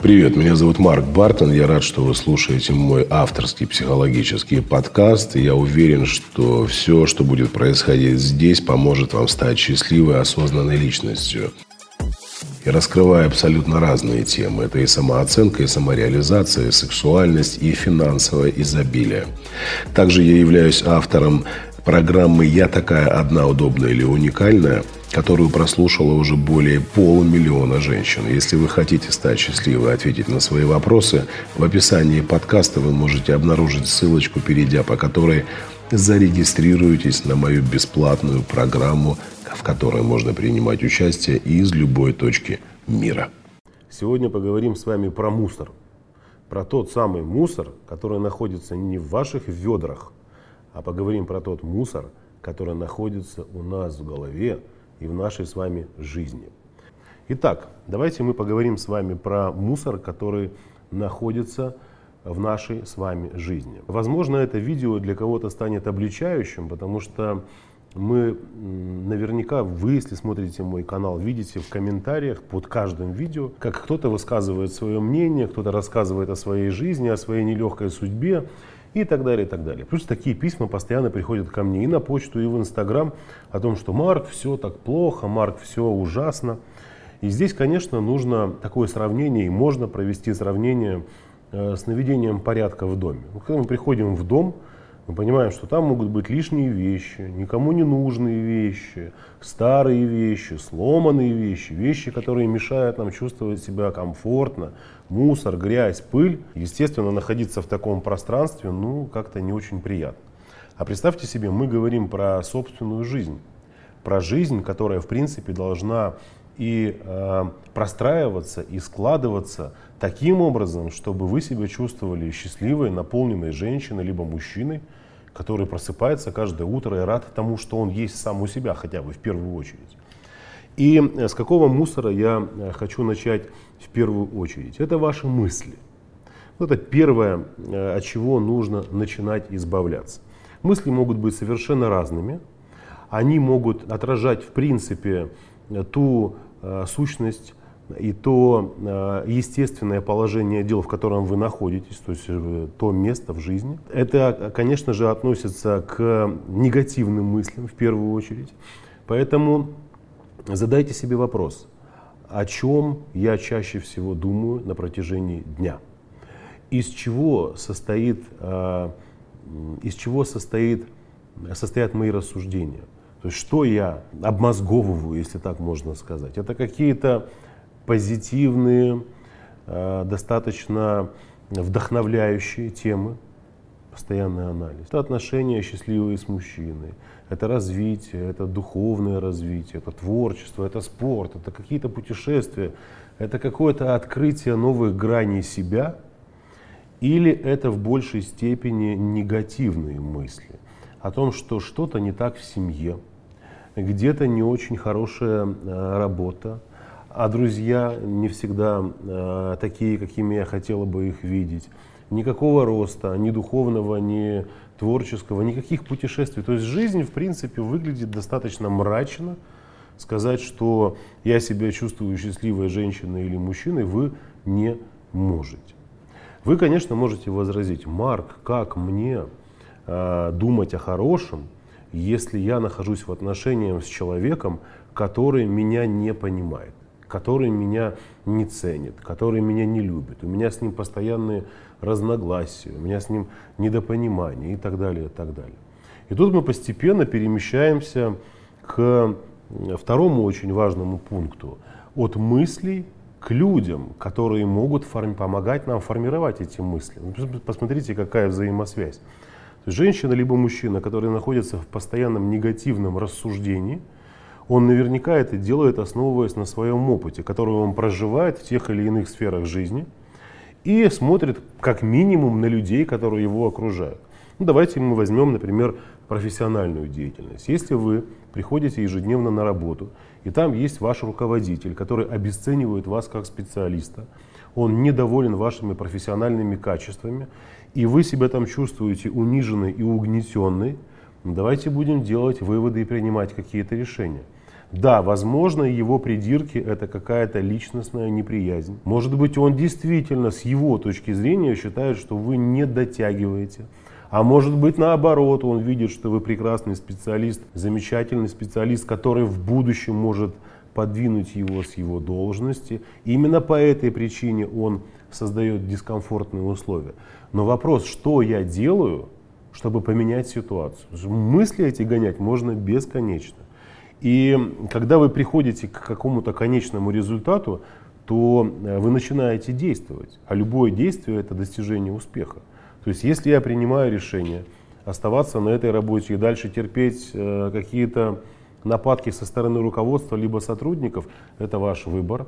Привет, меня зовут Марк Бартон. Я рад, что вы слушаете мой авторский психологический подкаст. И я уверен, что все, что будет происходить здесь, поможет вам стать счастливой, осознанной личностью. Я раскрываю абсолютно разные темы. Это и самооценка, и самореализация, и сексуальность, и финансовое изобилие. Также я являюсь автором программы «Я такая одна, удобная или уникальная», которую прослушало уже более 500 000 женщин. Если вы хотите стать счастливой и ответить на свои вопросы, в описании подкаста вы можете обнаружить ссылочку, перейдя по которой зарегистрируетесь на мою бесплатную программу, в которой можно принимать участие из любой точки мира. Сегодня поговорим с вами про мусор. Про тот самый мусор, который находится не в ваших ведрах, а поговорим про тот мусор, который находится у нас в голове и в нашей с вами жизни. Итак, давайте мы поговорим с вами про мусор, который находится в нашей с вами жизни. Возможно, это видео для кого-то станет обличающим, потому что мы наверняка, вы, если смотрите мой канал, видите в комментариях под каждым видео, как кто-то высказывает свое мнение, кто-то рассказывает о своей жизни, о своей нелегкой судьбе и так далее, и так далее. Плюс такие письма постоянно приходят ко мне и на почту, и в Инстаграм о том, что Марк, все так плохо, Марк, все ужасно. И здесь, конечно, нужно такое сравнение, и можно провести сравнение с наведением порядка в доме. Когда мы приходим в дом, мы понимаем, что там могут быть лишние вещи, никому не нужные вещи, старые вещи, сломанные вещи, вещи, которые мешают нам чувствовать себя комфортно, мусор, грязь, пыль. Естественно, находиться в таком пространстве, как-то не очень приятно. А представьте себе, мы говорим про собственную жизнь, про жизнь, которая, в принципе, должна и простраиваться, и складываться таким образом, чтобы вы себя чувствовали счастливой, наполненной женщиной, либо мужчиной, который просыпается каждое утро и рад тому, что он есть сам у себя, хотя бы в первую очередь. И с какого мусора я хочу начать в первую очередь? Это ваши мысли. Это первое, от чего нужно начинать избавляться. Мысли могут быть совершенно разными. Они могут отражать, в принципе, ту сущность и то естественное положение дел, в котором вы находитесь, то есть то место в жизни. Это, конечно же, относится к негативным мыслям в первую очередь. Поэтому задайте себе вопрос, о чем я чаще всего думаю на протяжении дня. Из чего состоят мои рассуждения. То есть, что я обмозговываю, если так можно сказать. Это какие-то позитивные, достаточно вдохновляющие темы, постоянный анализ. Это отношения счастливые с мужчиной, это развитие, это духовное развитие, это творчество, это спорт, это какие-то путешествия, это какое-то открытие новых граней себя, или это в большей степени негативные мысли о том, что что-то не так в семье, где-то не очень хорошая работа, а друзья не всегда такие, какими я хотела бы их видеть. Никакого роста, ни духовного, ни творческого, никаких путешествий. То есть жизнь, в принципе, выглядит достаточно мрачно. Сказать, что я себя чувствую счастливой женщиной или мужчиной, вы не можете. Вы, конечно, можете возразить: Марк, как мне думать о хорошем, если я нахожусь в отношениях с человеком, который меня не понимает, который меня не ценит, который меня не любит, у меня с ним постоянные разногласия, у меня с ним недопонимание и так далее, и так далее. И тут мы постепенно перемещаемся к второму очень важному пункту: от мыслей к людям, которые могут помогать нам формировать эти мысли. Посмотрите, какая взаимосвязь. То есть женщина либо мужчина, который находится в постоянном негативном рассуждении, он наверняка это делает, основываясь на своем опыте, который он проживает в тех или иных сферах жизни, и смотрит как минимум на людей, которые его окружают. Давайте мы возьмем, например, профессиональную деятельность. Если вы приходите ежедневно на работу, и там есть ваш руководитель, который обесценивает вас как специалиста, он недоволен вашими профессиональными качествами, и вы себя там чувствуете униженной и угнетенной, давайте будем делать выводы и принимать какие-то решения. Да, возможно, его придирки — это какая-то личностная неприязнь. Может быть, он действительно с его точки зрения считает, что вы не дотягиваете. А может быть, наоборот, он видит, что вы прекрасный специалист, замечательный специалист, который в будущем может подвинуть его с его должности. Именно по этой причине он создает дискомфортные условия. Но вопрос, что я делаю, чтобы поменять ситуацию? Мысли эти гонять можно бесконечно. И когда вы приходите к какому-то конечному результату, то вы начинаете действовать. А любое действие — это достижение успеха. То есть если я принимаю решение оставаться на этой работе и дальше терпеть какие-то нападки со стороны руководства либо сотрудников, это ваш выбор.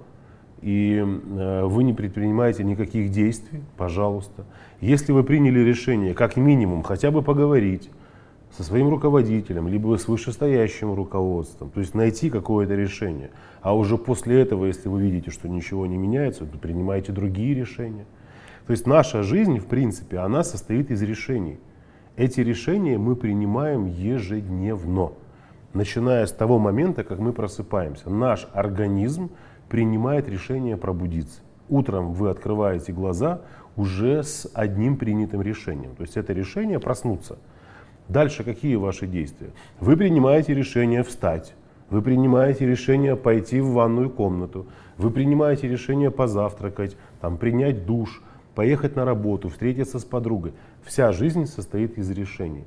И вы не предпринимаете никаких действий, пожалуйста. Если вы приняли решение, как минимум, хотя бы поговорить со своим руководителем, либо с вышестоящим руководством, то есть найти какое-то решение. А уже после этого, если вы видите, что ничего не меняется, то принимаете другие решения. То есть наша жизнь, в принципе, она состоит из решений. Эти решения мы принимаем ежедневно, начиная с того момента, как мы просыпаемся. Наш организм принимает решение пробудиться. Утром вы открываете глаза уже с одним принятым решением. То есть это решение проснуться. Дальше какие ваши действия? Вы принимаете решение встать, вы принимаете решение пойти в ванную комнату, вы принимаете решение позавтракать, принять душ, поехать на работу, встретиться с подругой. Вся жизнь состоит из решений.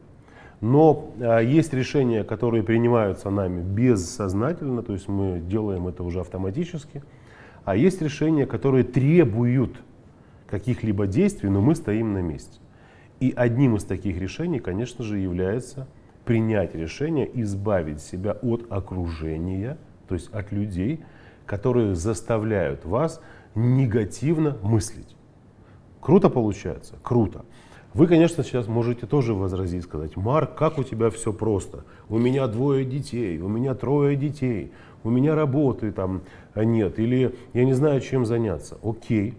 Но есть решения, которые принимаются нами бессознательно, то есть мы делаем это уже автоматически. А есть решения, которые требуют каких-либо действий, но мы стоим на месте. И одним из таких решений, конечно же, является принять решение избавить себя от окружения, то есть от людей, которые заставляют вас негативно мыслить. Круто получается? Круто. Вы, конечно, сейчас можете тоже возразить, сказать: Марк, как у тебя все просто? У меня 2 детей, у меня 3 детей, у меня работы там нет, или я не знаю, чем заняться. Окей.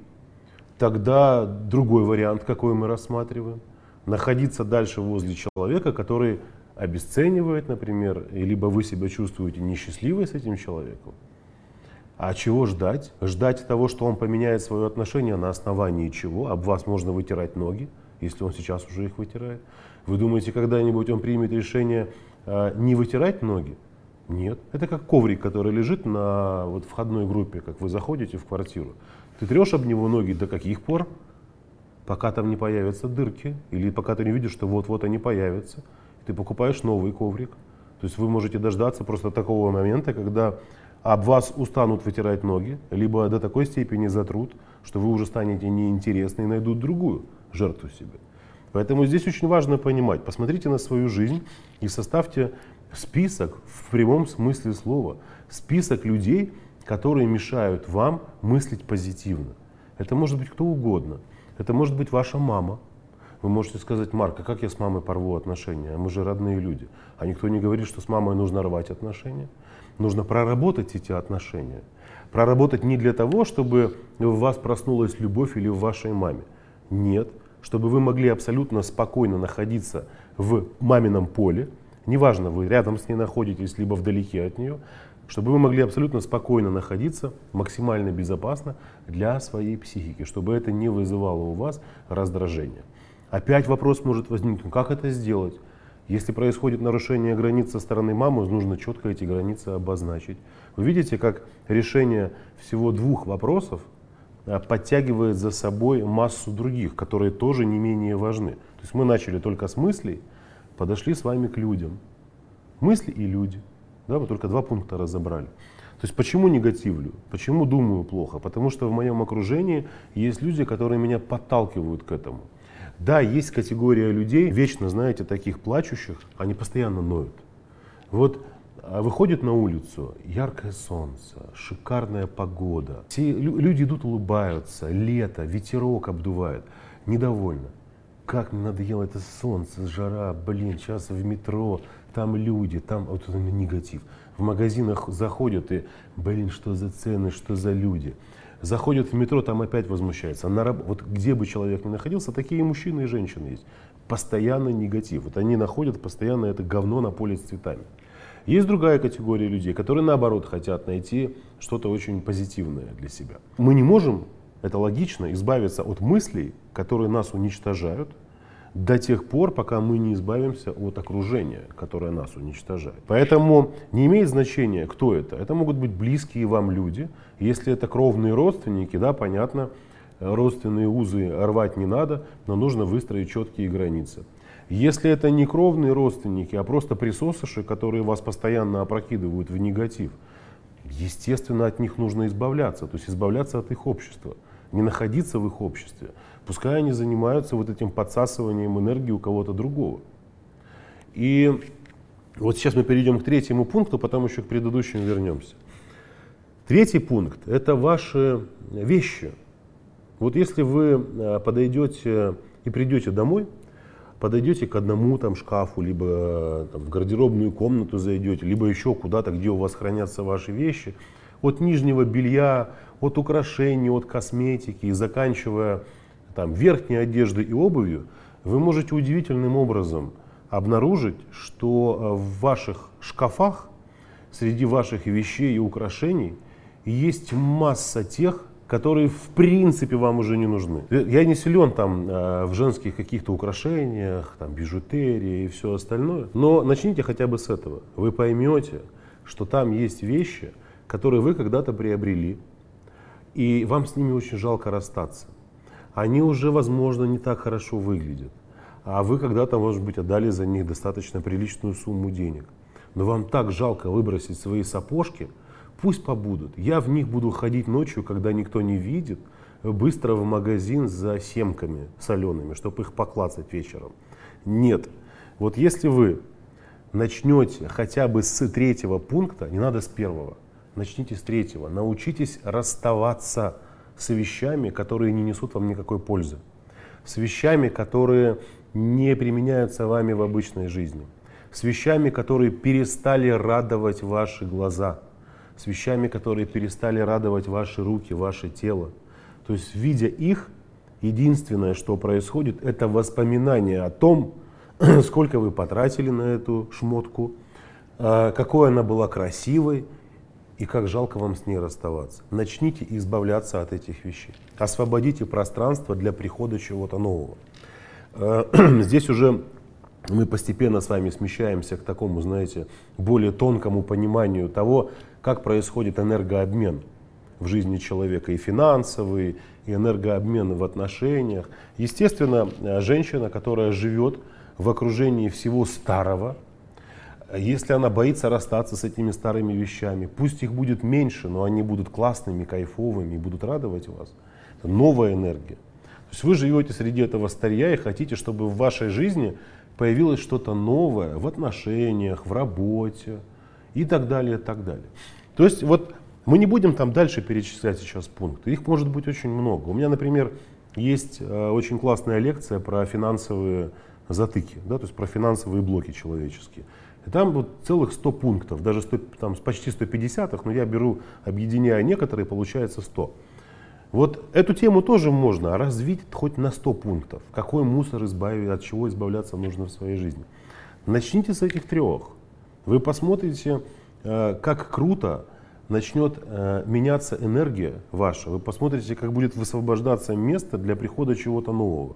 Тогда другой вариант, какой мы рассматриваем. Находиться дальше возле человека, который обесценивает, например, либо вы себя чувствуете несчастливой с этим человеком. А чего ждать? Ждать того, что он поменяет свое отношение на основании чего? Об вас можно вытирать ноги, если он сейчас уже их вытирает. Вы думаете, когда-нибудь он примет решение не вытирать ноги? Нет. Это как коврик, который лежит на входной группе, как вы заходите в квартиру. Ты трешь об него ноги до каких пор? Пока там не появятся дырки, или пока ты не видишь, что вот-вот они появятся. Ты покупаешь новый коврик. То есть вы можете дождаться просто такого момента, когда об вас устанут вытирать ноги, либо до такой степени затрут, что вы уже станете неинтересны и найдут другую жертву себе. Поэтому здесь очень важно понимать, посмотрите на свою жизнь и составьте список в прямом смысле слова. Список людей, которые мешают вам мыслить позитивно. Это может быть кто угодно. Это может быть ваша мама. Вы можете сказать: Марк, а как я с мамой порву отношения? Мы же родные люди. А никто не говорит, что с мамой нужно рвать отношения. Нужно проработать эти отношения. Проработать не для того, чтобы в вас проснулась любовь или в вашей маме. Нет. Чтобы вы могли абсолютно спокойно находиться в мамином поле. Неважно, вы рядом с ней находитесь, либо вдалеке от нее. Чтобы вы могли абсолютно спокойно находиться, максимально безопасно для своей психики. Чтобы это не вызывало у вас раздражения. Опять вопрос может возникнуть: как это сделать? Если происходит нарушение границ со стороны мамы, нужно четко эти границы обозначить. Вы видите, как решение всего 2 вопросов подтягивает за собой массу других, которые тоже не менее важны. То есть мы начали только с мыслей, подошли с вами к людям. Мысли и люди. Да, мы только 2 пункта разобрали. То есть почему негативлю? Почему думаю плохо? Потому что в моем окружении есть люди, которые меня подталкивают к этому. Да, есть категория людей, вечно, знаете, таких плачущих, они постоянно ноют. Вот выходит на улицу, яркое солнце, шикарная погода. Все люди идут, улыбаются, лето, ветерок обдувает. Недовольны. Как мне надоело это солнце, жара, сейчас в метро, там люди, там вот негатив. В магазинах заходят и, что за цены, что за люди. Заходят в метро, там опять возмущаются. Вот где бы человек ни находился, такие мужчины и женщины есть. Постоянно негатив. Вот они находят постоянно это говно на поле с цветами. Есть другая категория людей, которые наоборот хотят найти что-то очень позитивное для себя. Мы не можем, это логично, избавиться от мыслей, которые нас уничтожают, до тех пор, пока мы не избавимся от окружения, которое нас уничтожает. Поэтому не имеет значения, кто это. Это могут быть близкие вам люди. Если это кровные родственники, да, понятно, родственные узы рвать не надо, но нужно выстроить четкие границы. Если это не кровные родственники, а просто присосыши, которые вас постоянно опрокидывают в негатив, естественно, от них нужно избавляться, то есть избавляться от их общества, не находиться в их обществе. Пускай они занимаются вот этим подсасыванием энергии у кого-то другого. И вот сейчас мы перейдем к третьему пункту, потом еще к предыдущим вернемся. Третий пункт – это ваши вещи. Вот если вы подойдете и придете домой, подойдете к одному там шкафу, либо там, в гардеробную комнату зайдете, либо еще куда-то, где у вас хранятся ваши вещи, от нижнего белья, от украшений, от косметики и заканчивая там, верхней одеждой и обувью, вы можете удивительным образом обнаружить, что в ваших шкафах, среди ваших вещей и украшений, есть масса тех, которые в принципе вам уже не нужны. Я не силен там в женских каких-то украшениях, там, бижутерии и все остальное, но начните хотя бы с этого. Вы поймете, что там есть вещи, которые вы когда-то приобрели, и вам с ними очень жалко расстаться. Они уже, возможно, не так хорошо выглядят, а вы когда-то, может быть, отдали за них достаточно приличную сумму денег. Но вам так жалко выбросить свои сапожки, пусть побудут. Я в них буду ходить ночью, когда никто не видит, быстро в магазин за семками солеными, чтобы их поклацать вечером. Нет. Вот если вы начнете хотя бы с третьего пункта, не надо с первого, начните с третьего. Научитесь расставаться с вещами, которые не несут вам никакой пользы. С вещами, которые не применяются вами в обычной жизни. С вещами, которые перестали радовать ваши глаза. С вещами, которые перестали радовать ваши руки, ваше тело. То есть, видя их, единственное, что происходит, это воспоминание о том, сколько вы потратили на эту шмотку, какой она была красивой и как жалко вам с ней расставаться. Начните избавляться от этих вещей. Освободите пространство для прихода чего-то нового. Здесь уже мы постепенно с вами смещаемся к такому, знаете, более тонкому пониманию того, как происходит энергообмен в жизни человека, и финансовый, и энергообмен в отношениях. Естественно, женщина, которая живет в окружении всего старого, если она боится расстаться с этими старыми вещами, пусть их будет меньше, но они будут классными, кайфовыми и будут радовать вас. Это новая энергия. То есть вы живете среди этого старья и хотите, чтобы в вашей жизни появилось что-то новое в отношениях, в работе и так далее, и так далее. То есть вот мы не будем там дальше перечислять сейчас пункты, их может быть очень много. У меня, например, есть очень классная лекция про финансовые затыки, да, то есть про финансовые блоки человеческие. И там вот целых 100 пунктов, даже 100, там, почти 150, но я беру, объединяя некоторые, получается 100. Вот эту тему тоже можно развить хоть на 100 пунктов. Какой мусор избавить, от чего избавляться нужно в своей жизни. Начните с этих 3. Вы посмотрите, как круто начнет меняться энергия ваша. Вы посмотрите, как будет высвобождаться место для прихода чего-то нового.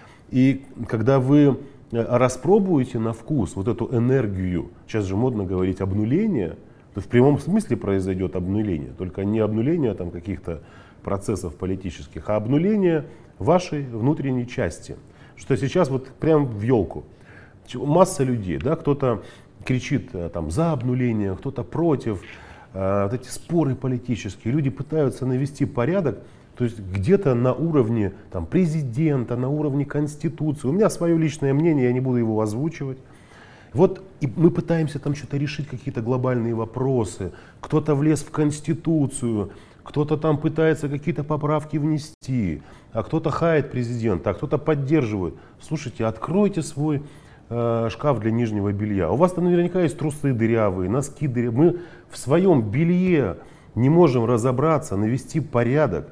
И когда вы распробуете на вкус вот эту энергию, сейчас же модно говорить обнуление, то в прямом смысле произойдет обнуление, только не обнуление там каких-то процессов политических, а обнуление вашей внутренней части. Что сейчас вот прям в елку. Масса людей, да, кто-то кричит там, за обнуление, кто-то против, вот эти споры политические, люди пытаются навести порядок, то есть где-то на уровне там, президента, на уровне конституции. У меня свое личное мнение, я не буду его озвучивать. Вот и мы пытаемся там что-то решить, какие-то глобальные вопросы. Кто-то влез в конституцию, кто-то там пытается какие-то поправки внести, а кто-то хает президента, а кто-то поддерживает. Слушайте, откройте свой шкаф для нижнего белья. У вас там наверняка есть трусы дырявые, носки дырявые. Мы в своем белье не можем разобраться, навести порядок.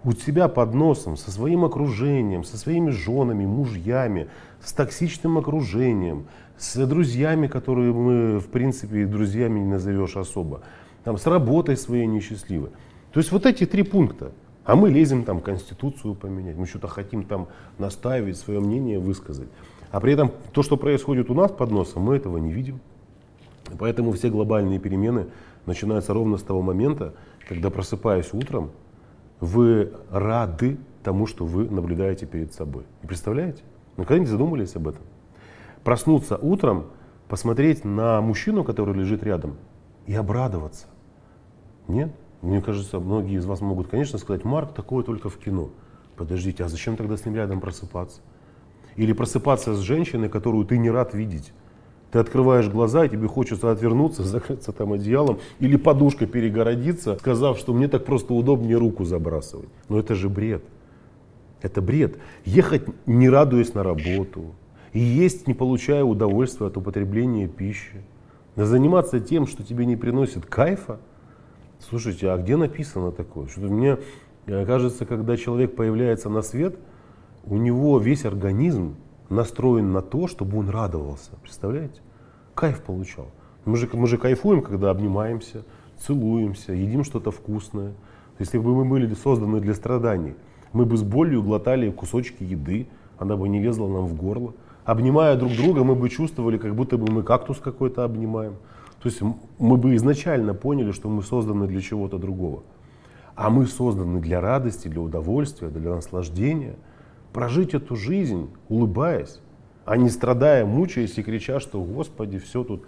у себя под носом, со своим окружением, со своими женами, мужьями, с токсичным окружением, с друзьями, которые мы, в принципе, друзьями не назовешь особо, там, с работой своей несчастливой. То есть вот эти 3 пункта. А мы лезем там Конституцию поменять, мы что-то хотим там наставить, свое мнение высказать. А при этом то, что происходит у нас под носом, мы этого не видим. Поэтому все глобальные перемены начинаются ровно с того момента, когда, просыпаясь утром, вы рады тому, что вы наблюдаете перед собой. И представляете? Никогда не задумывались об этом? Проснуться утром, посмотреть на мужчину, который лежит рядом, и обрадоваться. Нет? Мне кажется, многие из вас могут, конечно, сказать: Марк, такое только в кино. Подождите, а зачем тогда с ним рядом просыпаться? Или просыпаться с женщиной, которую ты не рад видеть. Ты открываешь глаза, и тебе хочется отвернуться, закрыться там одеялом или подушкой перегородиться, сказав, что мне так просто удобнее руку забрасывать. Но это же бред. Это бред. Ехать, не радуясь на работу, и есть, не получая удовольствия от употребления пищи. Заниматься тем, что тебе не приносит кайфа. Слушайте, а где написано такое? Что-то мне кажется, когда человек появляется на свет, у него весь организм настроен на то, чтобы он радовался. Представляете? Кайф получал. Мы же кайфуем, когда обнимаемся, целуемся, едим что-то вкусное. Если бы мы были созданы для страданий, мы бы с болью глотали кусочки еды, она бы не лезла нам в горло. Обнимая друг друга, мы бы чувствовали, как будто бы мы кактус какой-то обнимаем. То есть мы бы изначально поняли, что мы созданы для чего-то другого. А мы созданы для радости, для удовольствия, для наслаждения. Прожить эту жизнь, улыбаясь, а не страдая, мучаясь и крича, что Господи, все тут,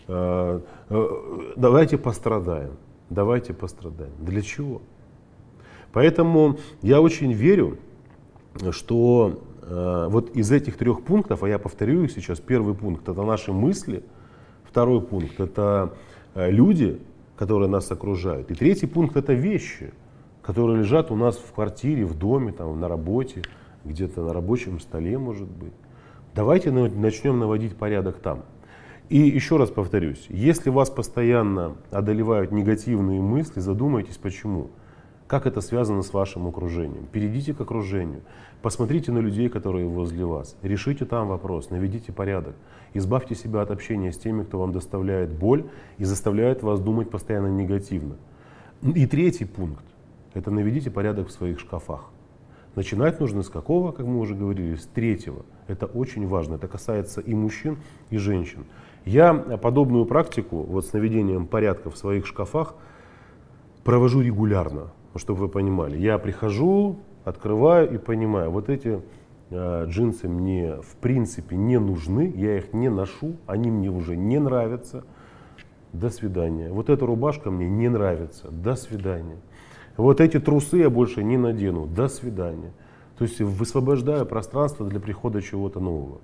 давайте пострадаем, давайте пострадаем. Для чего? Поэтому я очень верю, что вот из этих 3 пунктов, а я повторю их сейчас, первый пункт — это наши мысли, второй пункт — это люди, которые нас окружают, и третий пункт — это вещи, которые лежат у нас в квартире, в доме, там, на работе, где-то на рабочем столе, может быть. Давайте начнем наводить порядок там. И еще раз повторюсь, если вас постоянно одолевают негативные мысли, задумайтесь, почему. Как это связано с вашим окружением? Перейдите к окружению, посмотрите на людей, которые возле вас, решите там вопрос, наведите порядок, избавьте себя от общения с теми, кто вам доставляет боль и заставляет вас думать постоянно негативно. И третий пункт — это наведите порядок в своих шкафах. Начинать нужно с какого, как мы уже говорили, с 3-го. Это очень важно. Это касается и мужчин, и женщин. Я подобную практику вот с наведением порядка в своих шкафах провожу регулярно, чтобы вы понимали. Я прихожу, открываю и понимаю, вот эти джинсы мне в принципе не нужны, я их не ношу, они мне уже не нравятся. До свидания. Вот эта рубашка мне не нравится. До свидания. Вот эти трусы я больше не надену. До свидания. То есть высвобождаю пространство для прихода чего-то нового.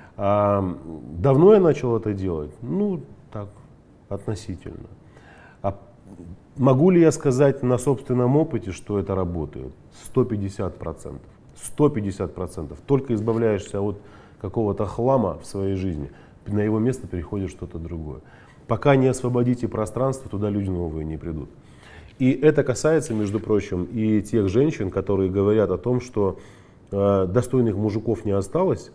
Давно я начал это делать? Ну, так, относительно. А могу ли я сказать на собственном опыте, что это работает? 150%. 150%. Только избавляешься от какого-то хлама в своей жизни, на его место приходит что-то другое. Пока не освободите пространство, туда люди новые не придут. И это касается, между прочим, и тех женщин, которые говорят о том, что достойных мужиков не осталось,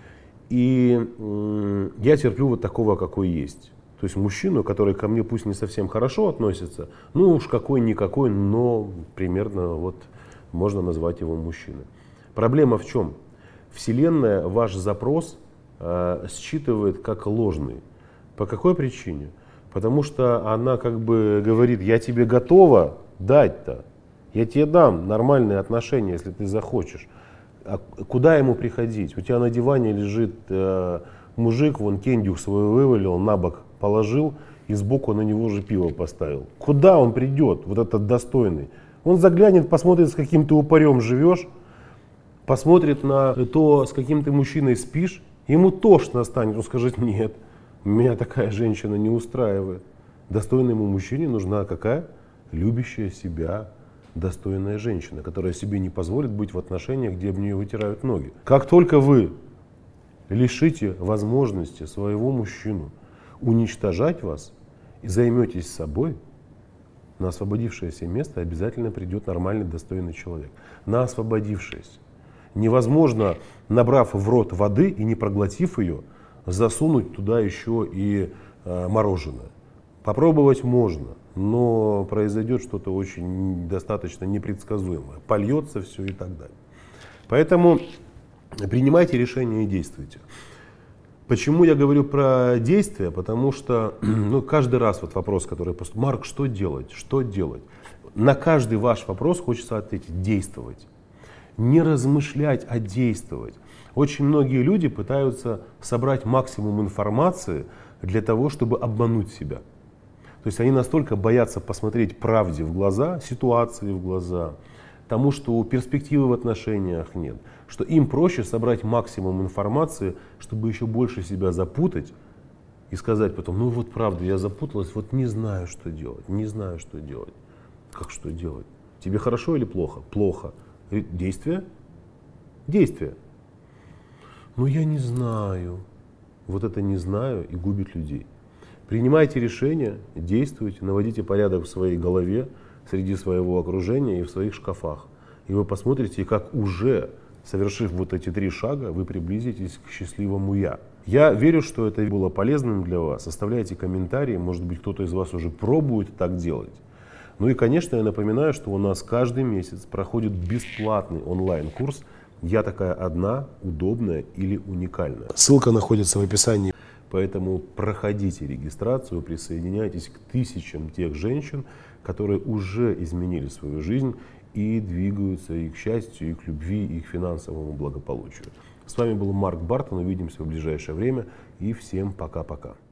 и я терплю вот такого, какой есть. То есть мужчину, который ко мне пусть не совсем хорошо относится, ну уж какой-никакой, но примерно вот можно назвать его мужчиной. Проблема в чем? Вселенная ваш запрос считывает как ложный. По какой причине? Потому что она как бы говорит: я тебе готова дать-то, я тебе дам нормальные отношения, если ты захочешь. А куда ему приходить? У тебя на диване лежит мужик, вон кендюх свой вывалил, на бок положил и сбоку на него же пиво поставил. Куда он придет, вот этот достойный? Он заглянет, посмотрит, с каким ты упырем живешь, посмотрит на то, с каким ты мужчиной спишь, ему тошно станет, он скажет: нет. Меня такая женщина не устраивает. Достойному мужчине нужна какая? Любящая себя, достойная женщина, которая себе не позволит быть в отношениях, где об нее вытирают ноги. Как только вы лишите возможности своего мужчину уничтожать вас и займетесь собой, на освободившееся место обязательно придет нормальный, достойный человек. На освободившееся. Невозможно, набрав в рот воды и не проглотив ее, засунуть туда еще и мороженое. Попробовать можно, но произойдет что-то очень достаточно непредсказуемое. Польется все и так далее. Поэтому принимайте решения и действуйте. Почему я говорю про действия? Потому что каждый раз вот вопрос, который поступает: Марк, что делать? Что делать? На каждый ваш вопрос хочется ответить: действовать. Не размышлять, а действовать. Очень многие люди пытаются собрать максимум информации для того, чтобы обмануть себя. То есть они настолько боятся посмотреть правде в глаза, ситуации в глаза, тому, что перспективы в отношениях нет, что им проще собрать максимум информации, чтобы еще больше себя запутать и сказать потом: ну вот правда, я запуталась, вот не знаю, что делать, не знаю, что делать. Как что делать? Тебе хорошо или плохо? Плохо. Действие? Действие. Ну я не знаю. Вот это «не знаю» и губит людей. Принимайте решения, действуйте, наводите порядок в своей голове, среди своего окружения и в своих шкафах. И вы посмотрите, как уже, совершив вот эти 3 шага, вы приблизитесь к счастливому «я». Я верю, что это было полезным для вас. Оставляйте комментарии, может быть, кто-то из вас уже пробует так делать. Ну и, конечно, я напоминаю, что у нас каждый месяц проходит бесплатный онлайн-курс «Я такая одна, удобная или уникальная». Ссылка находится в описании. Поэтому проходите регистрацию, присоединяйтесь к тысячам тех женщин, которые уже изменили свою жизнь и двигаются и к счастью, и к любви, и к финансовому благополучию. С вами был Марк Бартон. Увидимся в ближайшее время. И всем пока-пока.